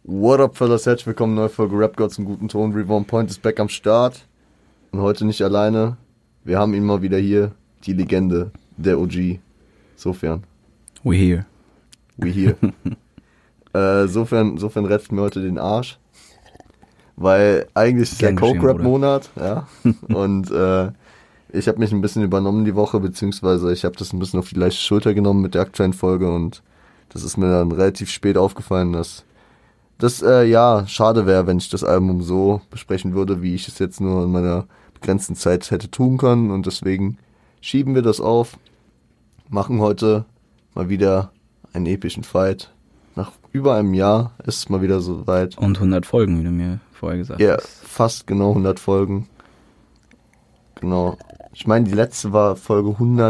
What up, fellas? Herzlich willkommen, neue Folge Rap Gods im guten Ton. Reborn Point ist back am Start. Und heute nicht alleine. Wir haben ihn mal wieder hier, die Legende, der OG. Sofern. We here. We here. Sofern rettet mir heute den Arsch. Weil eigentlich ist der Coke-Rap-Monat. Ja. Und ich habe mich ein bisschen übernommen die Woche, beziehungsweise ich habe das ein bisschen auf die leichte Schulter genommen mit der aktuellen Folge. Und das ist mir dann relativ spät aufgefallen, dass das schade wäre, wenn ich das Album so besprechen würde, wie ich es jetzt nur in meiner begrenzten Zeit hätte tun können. Und deswegen schieben wir das auf, machen heute mal wieder einen epischen Fight. Nach über einem Jahr ist es mal wieder so weit. Und 100 Folgen, wie du mir vorher gesagt hast. Ja, fast genau 100 Folgen. Genau. Ich meine, die letzte war Folge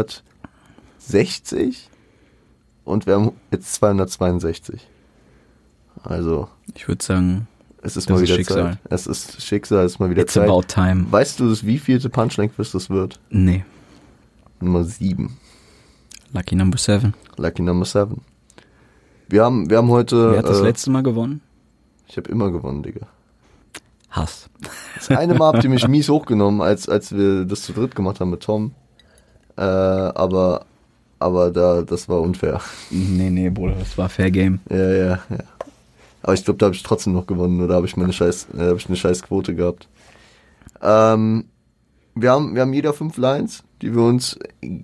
160 und wir haben jetzt 262. Also, ich würde sagen, es ist mal wieder Schicksal. Zeit. Es ist Schicksal, es ist mal wieder It's Zeit. about time. Weißt du, wie vielte Punchline-Quiz das wird? Nee. Nummer 7. Lucky Number 7. Lucky Number 7. Wir haben heute... Wer hat das letzte Mal gewonnen? Ich habe immer gewonnen, Digga. Hass. Das eine Mal habt ihr mich mies hochgenommen, als wir das zu dritt gemacht haben mit Tom. Aber das war unfair. Nee, Bruder, das war Fair Game. Ja. Aber ich glaube, da habe ich trotzdem noch gewonnen, oder habe ich eine scheiß Quote gehabt. Wir haben jeder 5 Lines, die wir uns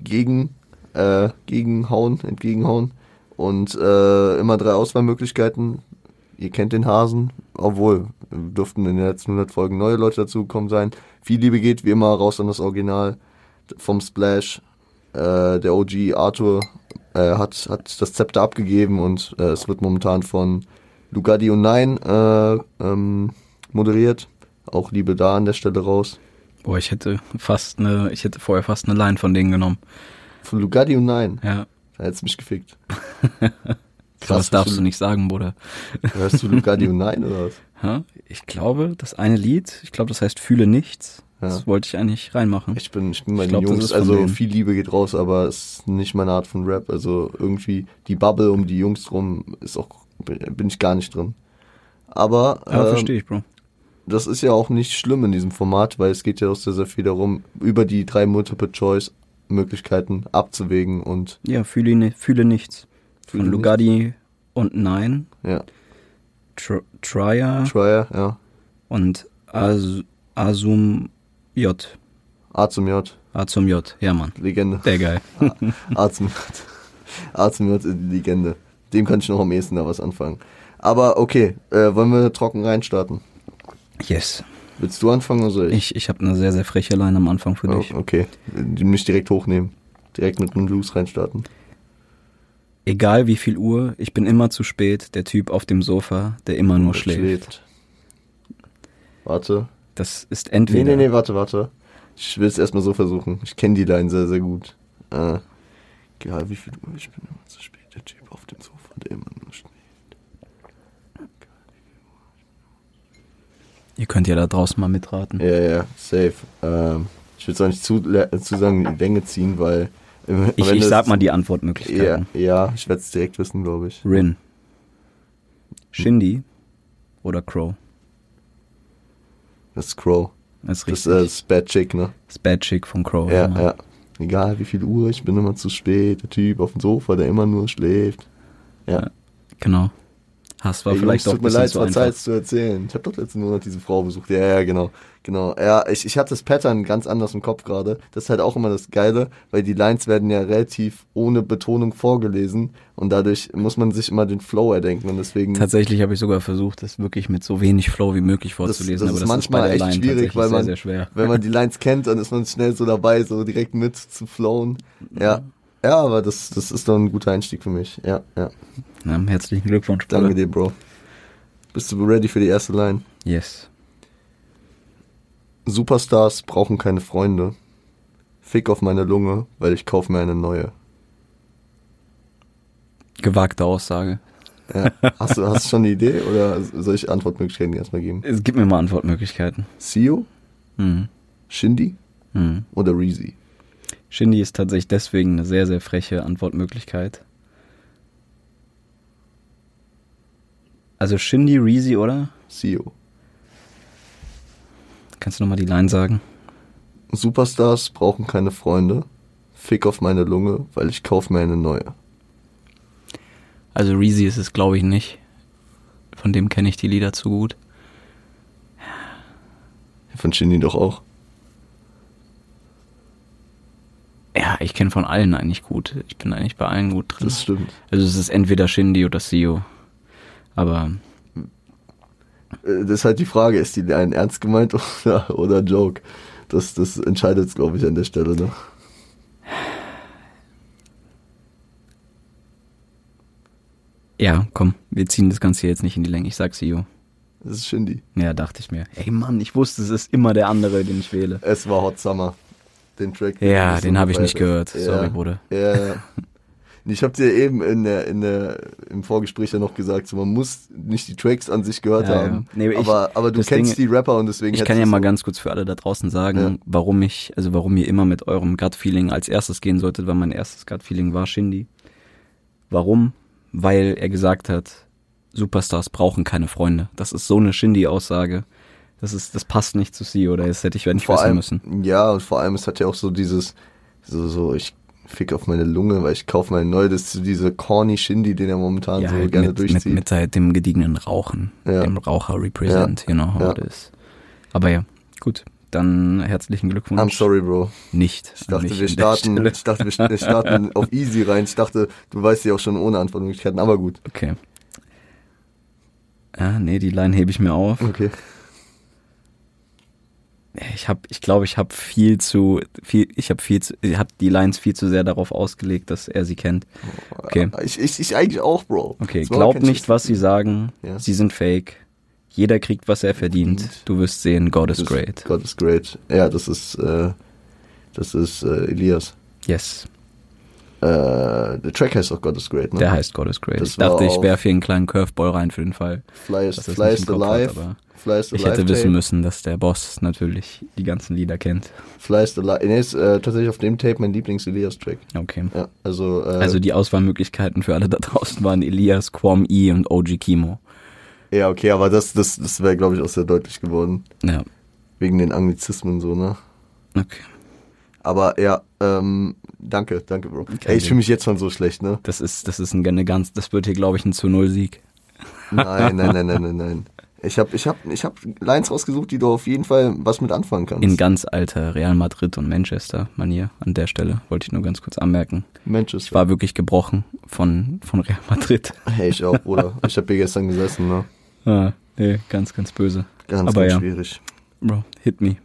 entgegenhauen. Und immer 3 Auswahlmöglichkeiten. Ihr kennt den Hasen, obwohl dürften in den letzten 100 Folgen neue Leute dazugekommen sein. Viel Liebe geht wie immer raus an das Original vom Splash. Der OG Arthur hat das Zepter abgegeben und es wird momentan von Lugatti und Nein moderiert. Auch Liebe da an der Stelle raus. Boah, ich hätte vorher fast eine Line von denen genommen. Von Lugatti und Nein? Ja. Da hättest du mich gefickt. Krass, das darfst du nicht sagen, Bruder. Hörst du Lugatti und Nein oder was? Ja, ich glaube, das eine Lied, das heißt Fühle nichts. Ja. Das wollte ich eigentlich reinmachen. Ich bin bei den Jungs, also viel Liebe geht raus, aber es ist nicht meine Art von Rap. Also irgendwie die Bubble um die Jungs rum bin ich gar nicht drin. Aber ja, verstehe ich, Bro. Das ist ja auch nicht schlimm in diesem Format, weil es geht ja auch sehr, sehr viel darum, über die 3 Multiple-Choice-Möglichkeiten abzuwägen und... Ja, fühle nichts. Von Lugatti und Nein. Ja. Trier, ja. Und Asum J. A zum J. A zum J, ja Mann. Legende. Der geil. A zum J, Legende. Dem kann ich noch am ehesten da was anfangen. Aber okay, wollen wir trocken reinstarten? Yes. Willst du anfangen oder soll ich? Ich habe eine sehr, sehr freche Line am Anfang für dich. Okay, die nicht direkt hochnehmen. Direkt mit einem Blues reinstarten. Egal wie viel Uhr, ich bin immer zu spät, der Typ auf dem Sofa, der immer nur schläft. Warte. Das ist entweder... Nee, warte. Ich will es erstmal so versuchen. Ich kenne die Line sehr, sehr gut. Egal wie viel Uhr, ich bin immer zu spät, der Typ auf dem Sofa, der immer nur schläft. Ihr könnt ja da draußen mal mitraten. Ja, safe. Ich will es auch nicht zu sagen in die Länge ziehen, weil... Ich sag mal die Antwortmöglichkeiten. Ja, ich werde es direkt wissen, glaube ich. Rin, Shindy oder Crow? Das ist Crow. Das ist richtig. Das ist Bad Chick, ne? Das Bad Chick von Crow. Ja. Egal wie viel Uhr, ich bin immer zu spät. Der Typ auf dem Sofa, der immer nur schläft. Ja. Genau. Hass war vielleicht doch ein bisschen zu einfach. Tut mir leid, es war Zeit zu erzählen. Ich habe doch letztens nur noch diese Frau besucht. Ja, genau. Ja, ich hatte das Pattern ganz anders im Kopf gerade. Das ist halt auch immer das Geile, weil die Lines werden ja relativ ohne Betonung vorgelesen und dadurch muss man sich immer den Flow erdenken und deswegen... Tatsächlich habe ich sogar versucht, das wirklich mit so wenig Flow wie möglich vorzulesen, aber das ist manchmal bei der echt Line schwierig, weil man, sehr, sehr schwer. Wenn man die Lines kennt, dann ist man schnell so dabei, so direkt mit zu flowen. Ja, aber das ist doch ein guter Einstieg für mich. Ja. Herzlichen Glückwunsch, Bruder. Danke dir, Bro. Bist du ready für die erste Line? Yes. Superstars brauchen keine Freunde. Fick auf meine Lunge, weil ich kaufe mir eine neue. Gewagte Aussage. Ja. Hast du schon eine Idee oder soll ich Antwortmöglichkeiten erstmal geben? Gib mir mal Antwortmöglichkeiten. Sio? Shindy? Oder Reezy? Shindy ist tatsächlich deswegen eine sehr, sehr freche Antwortmöglichkeit. Also Shindy, Reezy oder? Sio. Kannst du nochmal die Line sagen? Superstars brauchen keine Freunde. Fick auf meine Lunge, weil ich kaufe mir eine neue. Also Reezy ist es, glaube ich, nicht. Von dem kenne ich die Lieder zu gut. Von Shindy doch auch. Ja, ich kenne von allen eigentlich gut. Ich bin eigentlich bei allen gut drin. Das stimmt. Also es ist entweder Shindy oder Sio. Aber... Das ist halt die Frage, ist die Line ernst gemeint oder Joke? Das entscheidet es, glaube ich, an der Stelle, ne? Ja, komm, wir ziehen das Ganze jetzt nicht in die Länge. Ich sag Sio. Das ist Shindy. Ja, dachte ich mir. Ey Mann, ich wusste, es ist immer der andere, den ich wähle. Es war Hot Summer. Den Track. Ja, den habe ich nicht gehört. Ja. Sorry, Bruder. Ja. Ich habe dir eben im Vorgespräch ja noch gesagt, so, man muss nicht die Tracks an sich gehört haben. Ja. Nee, aber du kennst die Rapper und deswegen. Ich kann ja mal ganz kurz für alle da draußen sagen, warum ihr immer mit eurem Gut-Feeling als erstes gehen solltet, weil mein erstes Gut-Feeling war Shindy. Warum? Weil er gesagt hat, Superstars brauchen keine Freunde. Das ist so eine Shindy-Aussage. Das passt nicht zu Sie, oder das hätte ich nicht wissen müssen. Ja, und vor allem, es hat ja auch so dieses, ich fick auf meine Lunge, weil ich kaufe meine neue, das ist so diese corny Shindy, den er momentan so halt gerne durchzieht. Mit dem gediegenen Rauchen, dem Raucher-Represent, you know how it is. Aber ja, gut, dann herzlichen Glückwunsch. I'm sorry, Bro. Nicht. Ich dachte, wir starten auf easy rein. Ich dachte, du weißt ja auch schon ohne Antwortmöglichkeiten, aber gut. Okay. Ja, nee, die Line hebe ich mir auf. Okay. Ich glaube, ich habe die Lines viel zu sehr darauf ausgelegt, dass er sie kennt. Okay. Ich eigentlich auch, Bro. Okay, glaub nicht, was sie sagen. Ja. Sie sind fake. Jeder kriegt, was er verdient. Du wirst sehen, God is great. God is great. Ja, das ist Elias. Yes. Der Track heißt auch God is great, ne? Der heißt God is great. Ich dachte, ich werfe hier einen kleinen Curveball rein für den Fall. Fly is alive. Ich hätte wissen müssen, dass der Boss natürlich die ganzen Lieder kennt. Fly is alive. Nee, ist tatsächlich auf dem Tape mein Lieblings-Elias-Track. Okay. Ja, also die Auswahlmöglichkeiten für alle da draußen waren Elias, Quam E und OG Kimo. Ja, okay, aber das wäre, glaube ich, auch sehr deutlich geworden. Ja. Wegen den Anglizismen so, ne? Okay. Aber ja, danke, Bro. Ey, ich fühle mich jetzt schon so schlecht, ne? Das wird hier, glaube ich, ein 2-0-Sieg. Nein. Ich hab Lines rausgesucht, die du auf jeden Fall was mit anfangen kannst. In ganz alter Real Madrid und Manchester-Manier an der Stelle, wollte ich nur ganz kurz anmerken. Manchester. Ich war wirklich gebrochen von Real Madrid. Hey, ich auch, Bruder. Ich habe hier gestern gesessen, ne? Ah, nee, ganz, ganz böse. Ganz schwierig. Bro, hit me.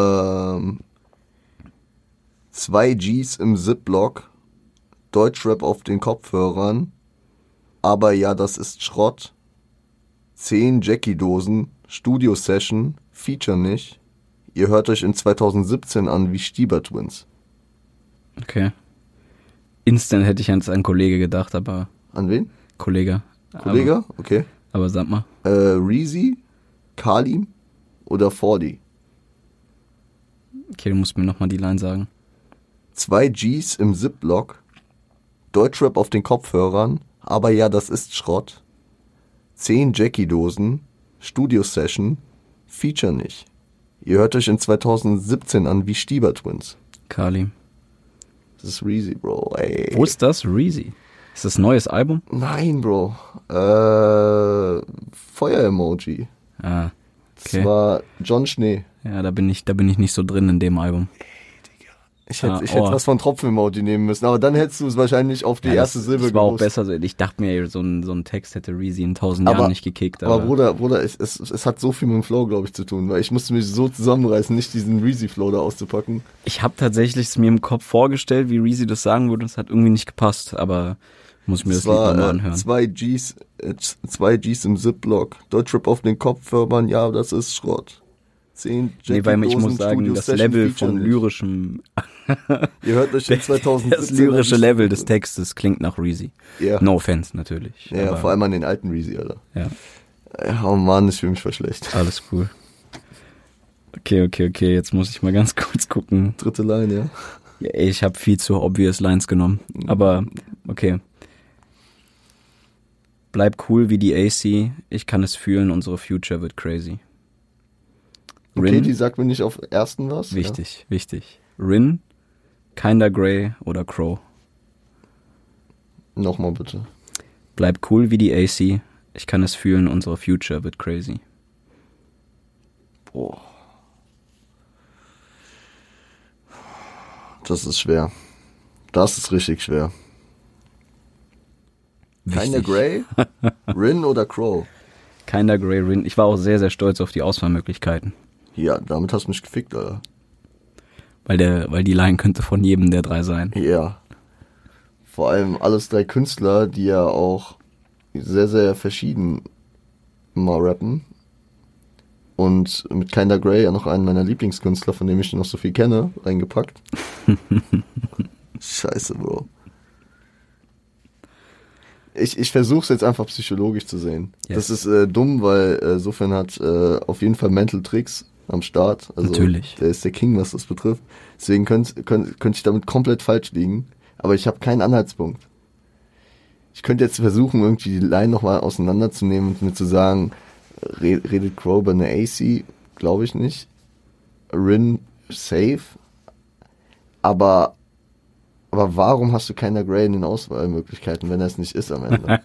2 Gs im Ziplock, Deutschrap auf den Kopfhörern, aber ja, das ist Schrott. 10 Jackie-Dosen, Studio-Session, Feature nicht. Ihr hört euch in 2017 an wie Stieber Twins. Okay. Instant hätte ich an einen Kollege gedacht, aber... An wen? Kollege? Okay. Aber sag mal. Reezy, Kalim oder 40? Okay, du musst mir nochmal die Line sagen. 2 Gs im Ziplock, Deutschrap auf den Kopfhörern, aber ja, das ist Schrott. 10 Jackie-Dosen, Studio-Session, Feature nicht. Ihr hört euch in 2017 an wie Stieber Twins. Kali. Das ist Reezy, Bro, ey. Wo ist das? Reezy? Ist das ein neues Album? Nein, Bro. Feuer-Emoji. Ah, okay. Das war John Schnee. Ja, da bin ich nicht so drin in dem Album. Ich hätte was von Tropfen-Emoji nehmen müssen, aber dann hättest du es wahrscheinlich auf die erste Silbe gewusst. Das war auch besser. Ich dachte mir, so ein Text hätte Reezy in 1000 Jahren nicht gekickt. Aber Bruder, es hat so viel mit dem Flow, glaube ich, zu tun, weil ich musste mich so zusammenreißen, nicht diesen Reezy-Flow da auszupacken. Ich habe tatsächlich es mir im Kopf vorgestellt, wie Reezy das sagen würde, und es hat irgendwie nicht gepasst, aber muss ich mir das Lied nochmal anhören. 2 Gs im Ziplock, Deutschrap auf den Kopfhörern, ja, das ist Schrott. 10 Jackie weil ich muss sagen, das Level von lyrischem... Ihr hört euch in 2017... Das lyrische Level des Textes klingt nach Reezy. Ja. No offense, natürlich. Ja, aber vor allem an den alten Reezy, Alter. Ja. Oh Mann, ich fühle mich verschlecht. Alles cool. Okay, jetzt muss ich mal ganz kurz gucken. Dritte Line, ja? Ich habe viel zu obvious Lines genommen, aber okay. Bleib cool wie die AC, ich kann es fühlen, unsere Future wird crazy. Okay, die sagt mir nicht auf ersten was. Wichtig. Rin, Kinda Grey oder Crow. Nochmal bitte. Bleib cool wie die AC, ich kann es fühlen, unsere Future wird crazy. Boah. Das ist schwer. Das ist richtig schwer. Kinda Grey, Rin oder Crow? Kinda Grey, Rin. Ich war auch sehr, sehr stolz auf die Auswahlmöglichkeiten. Ja, damit hast du mich gefickt, Alter. Weil die Line könnte von jedem der drei sein. Ja. Vor allem alles 3 Künstler, die ja auch sehr, sehr verschieden mal rappen. Und mit Kinda Grey ja noch einen meiner Lieblingskünstler, von dem ich noch so viel kenne, reingepackt. Scheiße, Bro. Ich versuche es jetzt einfach psychologisch zu sehen. Yes. Das ist dumm, weil Sofern hat auf jeden Fall Mental Tricks am Start. Also natürlich. Der ist der King, was das betrifft. Deswegen könnte ich damit komplett falsch liegen. Aber ich habe keinen Anhaltspunkt. Ich könnte jetzt versuchen, irgendwie die Line nochmal auseinanderzunehmen und mir zu sagen, redet Crow bei einer AC? Glaube ich nicht. Rin safe. Aber warum hast du Kinda Grey in den Auswahlmöglichkeiten, wenn er es nicht ist am Ende?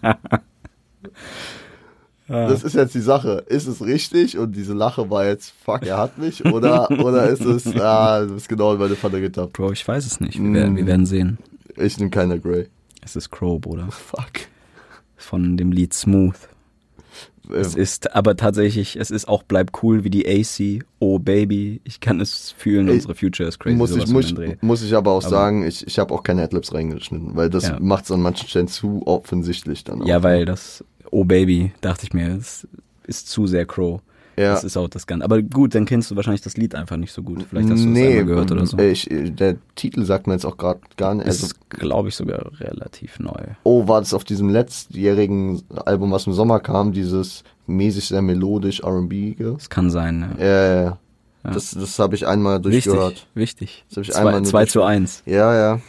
Das ist jetzt die Sache. Ist es richtig und diese Lache war jetzt, fuck, er hat mich? Oder ist es, du bist genau in meine Falle getappt? Bro, ich weiß es nicht. Wir werden sehen. Ich nehme Kinda Grey. Es ist Crow, Bruder. Fuck. Von dem Lied Smooth. Es ist aber tatsächlich, es ist auch Bleib cool wie die AC, oh Baby, ich kann es fühlen, unsere Future is crazy. Muss ich aber auch sagen, ich habe auch keine Adlibs reingeschnitten, weil das macht es an manchen Stellen zu offensichtlich dann auch. Ja, weil das oh Baby, dachte ich mir, das ist zu sehr Crow. Ja. Das ist auch das Ganze. Aber gut, dann kennst du wahrscheinlich das Lied einfach nicht so gut. Vielleicht hast du es einmal gehört oder so. Der Titel sagt mir jetzt auch gerade gar nicht. Es ist, glaube ich, sogar relativ neu. Oh, war das auf diesem letztjährigen Album, was im Sommer kam, dieses mäßig sehr melodisch R&B-ge? Das kann sein, ja. Ja. Das habe ich einmal durchgehört. Wichtig. Das ich einmal 2:1. Ja.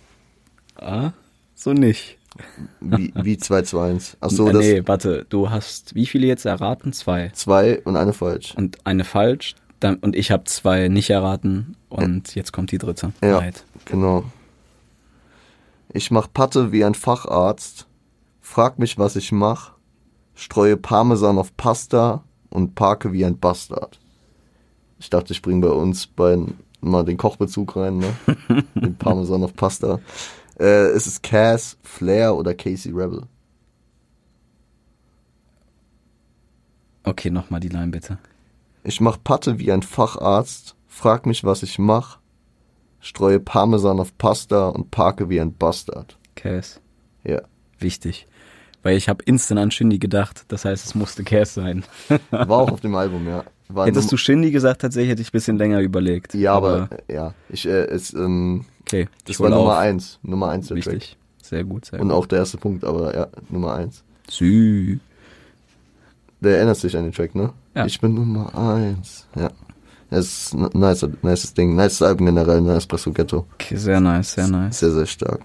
So nicht. Wie 2:1. Achso, nee, warte, du hast wie viele jetzt erraten? 2. 2 und eine falsch. Und eine falsch. Und ich habe 2 nicht erraten und jetzt kommt die dritte. Ja, right. Genau. Ich mach Patte wie ein Facharzt, frag mich, was ich mach, streue Parmesan auf Pasta und parke wie ein Bastard. Ich dachte, ich bringe bei uns beiden mal den Kochbezug rein, ne? Den Parmesan auf Pasta. Ist es Cass, Flair oder Casey Rebel? Okay, nochmal die Line bitte. Ich mach Patte wie ein Facharzt, frag mich, was ich mach, streue Parmesan auf Pasta und parke wie ein Bastard. Cass. Ja. Wichtig. Weil ich habe instant an Shindy gedacht, das heißt, es musste Cass sein. War auch auf dem Album, ja. Hättest du Shindy gesagt, tatsächlich hätte ich ein bisschen länger überlegt. Ja, aber ja. Okay. Das war Nummer 1. Nummer 1 der Wichtig. Track. Sehr gut, sehr Und gut. auch der erste Punkt, aber ja, Nummer 1. Sü. Der erinnert sich an den Track, ne? Ja. Ich bin Nummer 1. Ja. Das ist ein nices Ding. Nices Album generell, ne? Espresso Ghetto. Okay, sehr nice, sehr nice. Sehr, sehr stark.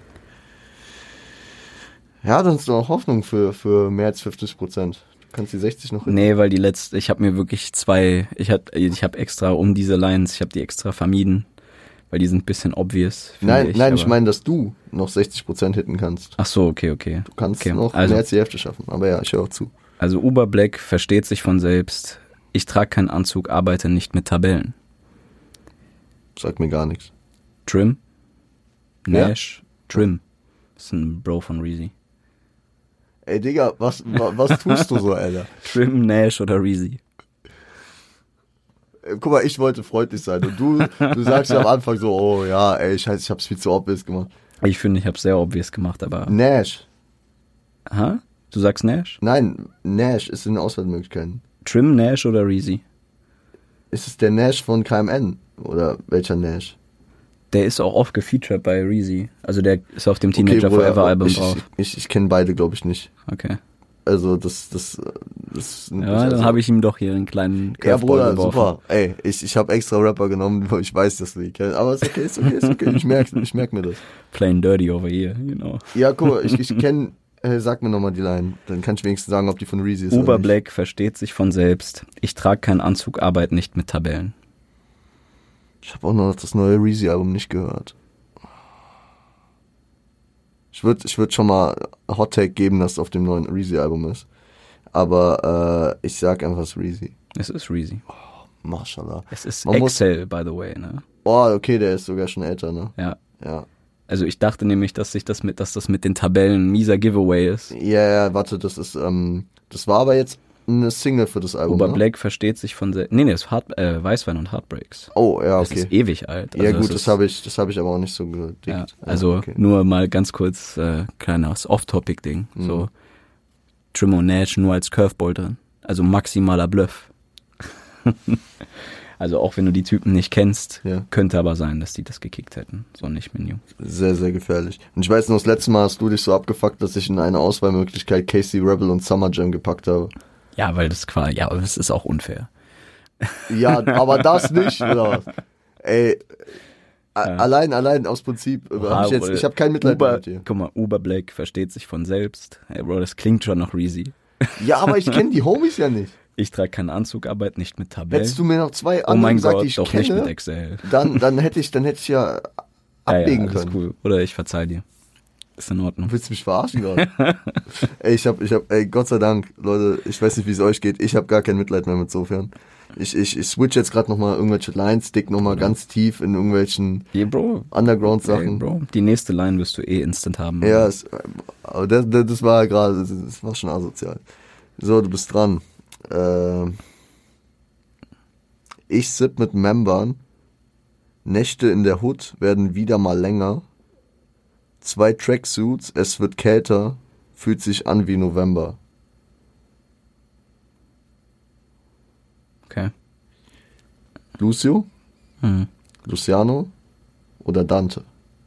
Ja, dann ist noch Hoffnung für mehr als 50%. Du kannst die 60 noch... Nee, weil die letzte, ich habe mir wirklich 2, ich hab extra um diese Lines, ich habe die extra vermieden, weil die sind ein bisschen obvious. Nein, ich meine, dass du noch 60% hitten kannst. Ach so, okay. Du kannst noch mehr als die Hälfte schaffen, aber ja, ich höre auch zu. Also Uber Black versteht sich von selbst. Ich trage keinen Anzug, arbeite nicht mit Tabellen. Sagt mir gar nichts. Trim? Nash? Ja? Trim. Das ist ein Bro von Reezy. Ey, Digga, was tust du so, Alter? Trim, Nash oder Reezy? Guck mal, ich wollte freundlich sein und du sagst ja am Anfang so, oh ja, ey, scheiße, ich hab's viel zu obvious gemacht. Ich finde, ich hab's sehr obvious gemacht, aber... Nash. Aha? Du sagst Nash? Nein, Nash ist in den Auswahlmöglichkeiten. Trim, Nash oder Reezy? Ist es der Nash von KMN? Oder welcher Nash? Der ist auch oft gefeatured bei Reezy. Also der ist auf dem Teenager Forever Album drauf. Ich kenne beide, glaube ich, nicht. Okay. Also das ja, dann habe ich ihm doch hier einen kleinen Curveball geworfen. Super. Ey, ich habe extra Rapper genommen, wo ich weiß, dass du die kennst. Aber ist okay. Ich merk mir das. Plain dirty over here, you know. Ja, guck mal, ich kenne Sag mir nochmal die Line, dann kann ich wenigstens sagen, ob die von Reezy ist. Uber Black versteht sich von selbst. Ich trage keinen Anzug, arbeite nicht mit Tabellen. Ich habe auch noch das neue Reezy-Album nicht gehört. Ich würd schon mal Hot Take geben, dass es auf dem neuen Reezy-Album ist. Aber ich sag einfach, es ist Reezy. Es ist Reezy. Oh, Mashallah. Es ist Excel, by the way, ne? Oh, okay, der ist sogar schon älter, ne? Ja. Ja. Also ich dachte nämlich, dass das mit den Tabellen ein mieser Giveaway ist. Ja, warte, das war aber jetzt eine Single für das Album. Uber Black versteht sich von selbst. Nee, das ist Weißwein und Heartbreaks. Oh, ja, okay. Das ist ewig alt. Also ja gut, das habe ich aber auch nicht so gedickt. Ja, also okay. Nur mal ganz kurz kleines Off-Topic-Ding. So Trim und Nash nur als Curveball drin. Also maximaler Bluff. Also auch wenn du die Typen nicht kennst, könnte aber sein, dass die das gekickt hätten. So nicht Menu. Sehr, sehr gefährlich. Und ich weiß noch, das letzte Mal hast du dich so abgefuckt, dass ich in eine Auswahlmöglichkeit Casey Rebel und Summer Jam gepackt habe. Ja, weil das quasi, aber das ist auch unfair. Ja, aber das nicht, oder was? Ey, allein aus Prinzip, ich habe kein Mitleid mehr mit dir. Guck mal, Uber Black versteht sich von selbst. Ey, Bro, das klingt schon nach Reezy. Ja, aber ich kenne die Homies ja nicht. Ich trage keinen Anzug, arbeite nicht mit Tabellen. Hättest du mir noch zwei andere gesagt, die ich doch kenne, nicht mit Excel. Dann hätte ich ja abwägen können. Ist cool. Oder ich verzeih dir. Ist in Ordnung. Willst du mich verarschen gerade? Ey, Gott sei Dank, Leute, ich weiß nicht, wie es euch geht, ich habe gar kein Mitleid mehr mit Sofern. Ich switch jetzt gerade nochmal irgendwelche Lines, stick nochmal ganz tief in irgendwelchen Underground-Sachen. Bro, die nächste Line wirst du instant haben. Ja, aber das war gerade, das war schon asozial. So, du bist dran. Ich sipp mit Membern. Nächte in der Hood werden wieder mal länger. 2 Tracksuits, es wird kälter, fühlt sich an wie November. Okay. Lucio? Luciano? Oder Dante?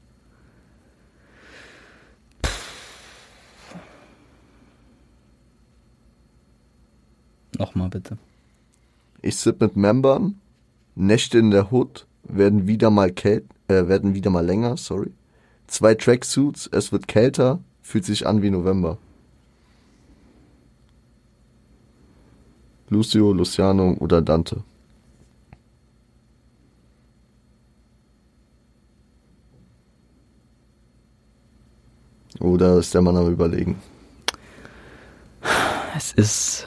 Nochmal bitte. Ich sipp mit Membern. Nächte in der Hood werden wieder mal länger, sorry. 2 Tracksuits, es wird kälter, fühlt sich an wie November. Lucio, Luciano oder Dante? Oder ist der Mann am Überlegen? Es ist...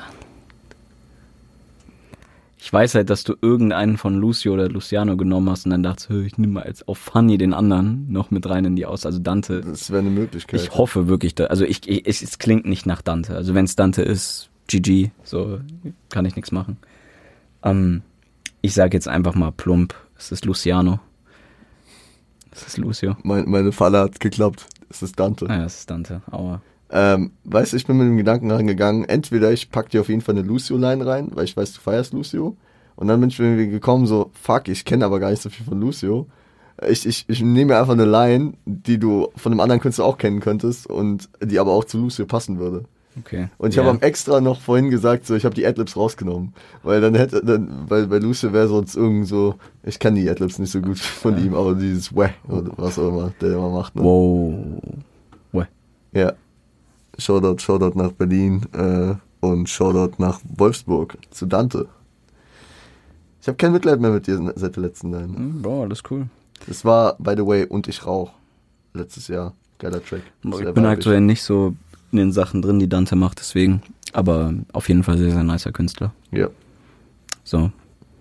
Ich weiß halt, dass du irgendeinen von Lucio oder Luciano genommen hast und dann dachtest du, ich nehme mal jetzt auf Funny den anderen noch mit rein in die also Dante. Das wäre eine Möglichkeit. Ich hoffe wirklich, es klingt nicht nach Dante. Also wenn es Dante ist, GG, so kann ich nichts machen. Ich sage jetzt einfach mal plump, es ist Luciano. Es ist Lucio. Meine Falle hat geklappt, es ist Dante. Ja, es ist Dante, aua. Weißt du, ich bin mit dem Gedanken rangegangen, entweder ich pack dir auf jeden Fall eine Lucio-Line rein, weil ich weiß, du feierst Lucio. Und dann bin ich irgendwie gekommen, so, fuck, ich kenne aber gar nicht so viel von Lucio. Ich nehme mir einfach eine Line, die du von einem anderen Künstler auch kennen könntest und die aber auch zu Lucio passen würde. Okay. Und ich habe am extra noch vorhin gesagt, so, ich habe die Adlibs rausgenommen. Weil weil bei Lucio wäre sonst irgend so, ich kann die Adlibs nicht so gut von ihm, aber dieses Weh oder was auch immer, der immer macht. Ne? Wow. Weh. Ja. Shoutout nach Berlin und Shoutout nach Wolfsburg zu Dante. Ich habe kein Mitleid mehr mit dir seit der letzten Line. Boah, das ist cool. Das war, by the way, Und ich rauch. Letztes Jahr. Geiler Track. Ich bin aktuell nicht so in den Sachen drin, die Dante macht, deswegen. Aber auf jeden Fall sehr, sehr nicer Künstler. Ja. So.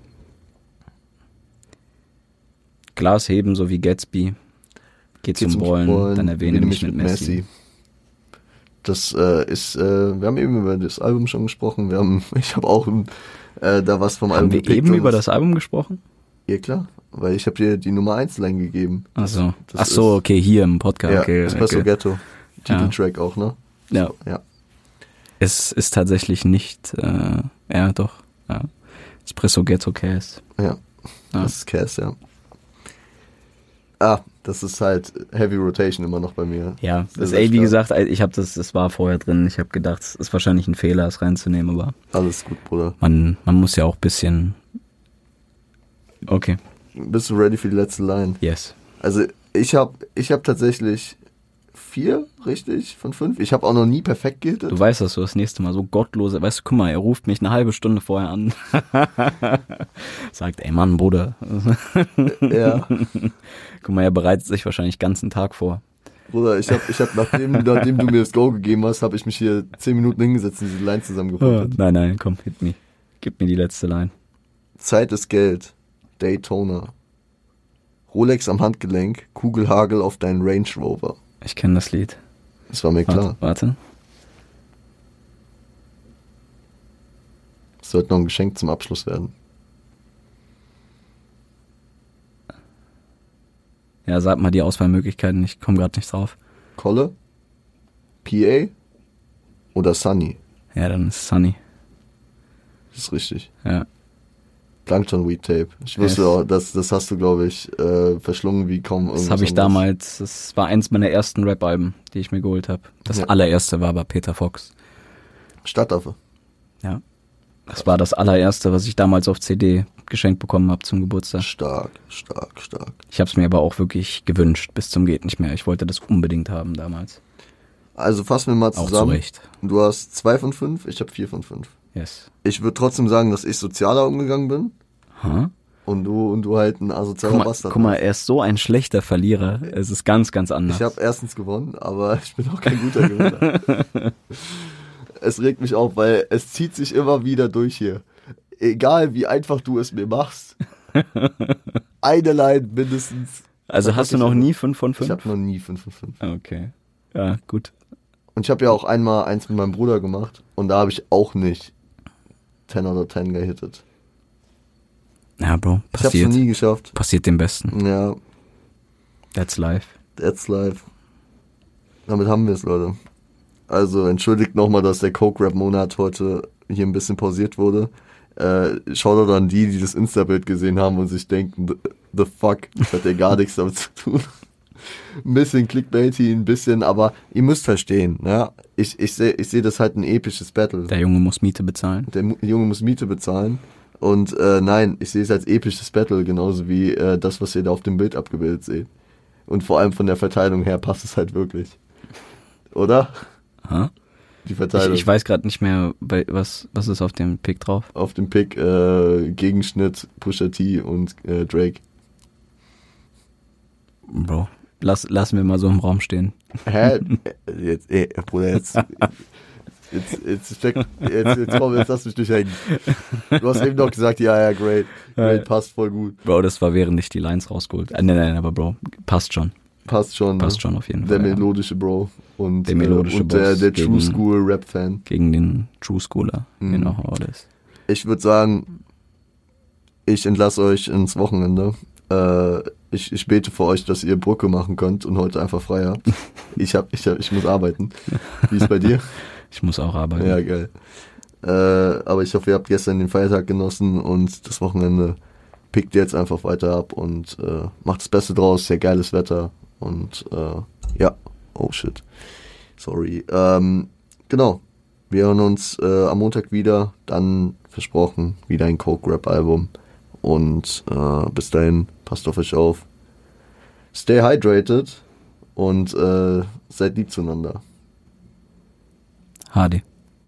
Glas heben, so wie Gatsby. Geht zum Ballen, dann erwähne mich mit Messi. Das ist, wir haben eben über das Album schon gesprochen. Ich habe auch da was vom Album gepickt. Haben wir eben über das Album gesprochen? Ja, klar. Weil ich habe dir die Nummer 1 Line gegeben. Ach so, okay, hier im Podcast. Ja, okay, Espresso Ghetto. Titeltrack auch, ne? Ja. Ja. Es ist tatsächlich nicht, ja, doch. Ja. Espresso Ghetto Cast. Ja, das ist Cast, ja. Das ist halt Heavy Rotation immer noch bei mir. Ja, wie gesagt, das war vorher drin. Ich habe gedacht, es ist wahrscheinlich ein Fehler, es reinzunehmen, aber... Alles gut, Bruder. Man muss ja auch ein bisschen... Okay. Bist du ready für die letzte Line? Yes. Also, ich hab tatsächlich 4, richtig, von 5. Ich habe auch noch nie perfekt gehittet. Du weißt, dass du das nächste Mal so gottlose, weißt du, guck mal, er ruft mich eine halbe Stunde vorher an. Sagt, ey Mann, Bruder. Ja. Guck mal, er bereitet sich wahrscheinlich den ganzen Tag vor. Bruder, ich hab nachdem du mir das Go gegeben hast, habe ich mich hier 10 Minuten hingesetzt und diese Line zusammengefunden. Nein, komm, hit me. Gib mir die letzte Line. Zeit ist Geld. Daytona. Rolex am Handgelenk, Kugelhagel auf deinen Range Rover. Ich kenne das Lied. Das war mir klar. Warte. Es sollte noch ein Geschenk zum Abschluss werden. Ja, sag mal die Auswahlmöglichkeiten, ich komme gerade nicht drauf. Kolle, PA oder Sunny? Ja, dann ist Sunny. Das ist richtig. Ja. Plankton Weed Tape. Ich wusste auch, das hast du, glaube ich, verschlungen wie kaum irgendwas. Das habe ich damals, das war eins meiner ersten Rap-Alben, die ich mir geholt habe. Das allererste war bei Peter Fox. Stadtaffe. Ja. Das war das allererste, was ich damals auf CD geschenkt bekommen habe zum Geburtstag. Stark. Ich habe es mir aber auch wirklich gewünscht, bis zum geht nicht mehr. Ich wollte das unbedingt haben damals. Also fassen wir mal zusammen. Auch zu Recht. Du hast 2 von 5, ich habe 4 von 5. Yes. Ich würde trotzdem sagen, dass ich sozialer umgegangen bin. Und du halt ein asozialer Bastard. Guck mal, er ist so ein schlechter Verlierer. Es ist ganz, ganz anders. Ich habe erstens gewonnen, aber ich bin auch kein guter Gewinner. Es regt mich auf, weil es zieht sich immer wieder durch hier. Egal, wie einfach du es mir machst. Eine Line mindestens. Also hast du noch nie 5 von 5? Ich habe noch nie 5 von 5. Okay. Ja, gut. Und ich habe ja auch einmal eins mit meinem Bruder gemacht. Und da habe ich auch nicht 10 oder 10 gehittet. Ja, Bro, passiert. Ich hab's noch nie geschafft. Passiert dem Besten. Ja. That's life. Damit haben wir es, Leute. Also entschuldigt nochmal, dass der Coke-Rap-Monat heute hier ein bisschen pausiert wurde. Shoutout an die das Insta-Bild gesehen haben und sich denken, the fuck, das hat ja gar nichts damit zu tun. Ein bisschen Clickbaity, ein bisschen, aber ihr müsst verstehen, ja. Ich seh das halt ein episches Battle. Der Junge muss Miete bezahlen. Und nein, ich sehe es als episches Battle, genauso wie das, was ihr da auf dem Bild abgebildet seht. Und vor allem von der Verteilung her passt es halt wirklich. Oder? Aha. Die Verteilung. Ich weiß gerade nicht mehr, was ist auf dem Pick drauf? Auf dem Pick Gegenschnitt Pusha T und Drake. Bro, lassen wir mal so im Raum stehen. Hä? Bruder, jetzt lass mich nicht hängen. Du hast eben noch gesagt, ja, great, passt voll gut. Bro, das war während ich die Lines rausgeholt. Nein, aber Bro, passt schon. Passt schon auf jeden Fall. Der melodische Bro und der melodische Boss der True School Rap Fan. Gegen den True Schooler. Genau, how it is. Ich würde sagen, ich entlasse euch ins Wochenende. Ich bete für euch, dass ihr Brücke machen könnt und heute einfach frei habt. Ich muss arbeiten. Wie ist bei dir? Ich muss auch arbeiten. Ja, geil. Aber ich hoffe, ihr habt gestern den Feiertag genossen und das Wochenende pickt jetzt einfach weiter ab und macht das Beste draus. Sehr geiles Wetter und ja. Oh shit. Sorry. Genau. Wir hören uns am Montag wieder. Dann versprochen wieder ein Coke-Rap-Album. Und bis dahin, passt auf euch auf. Stay hydrated und seid lieb zueinander. Hardy.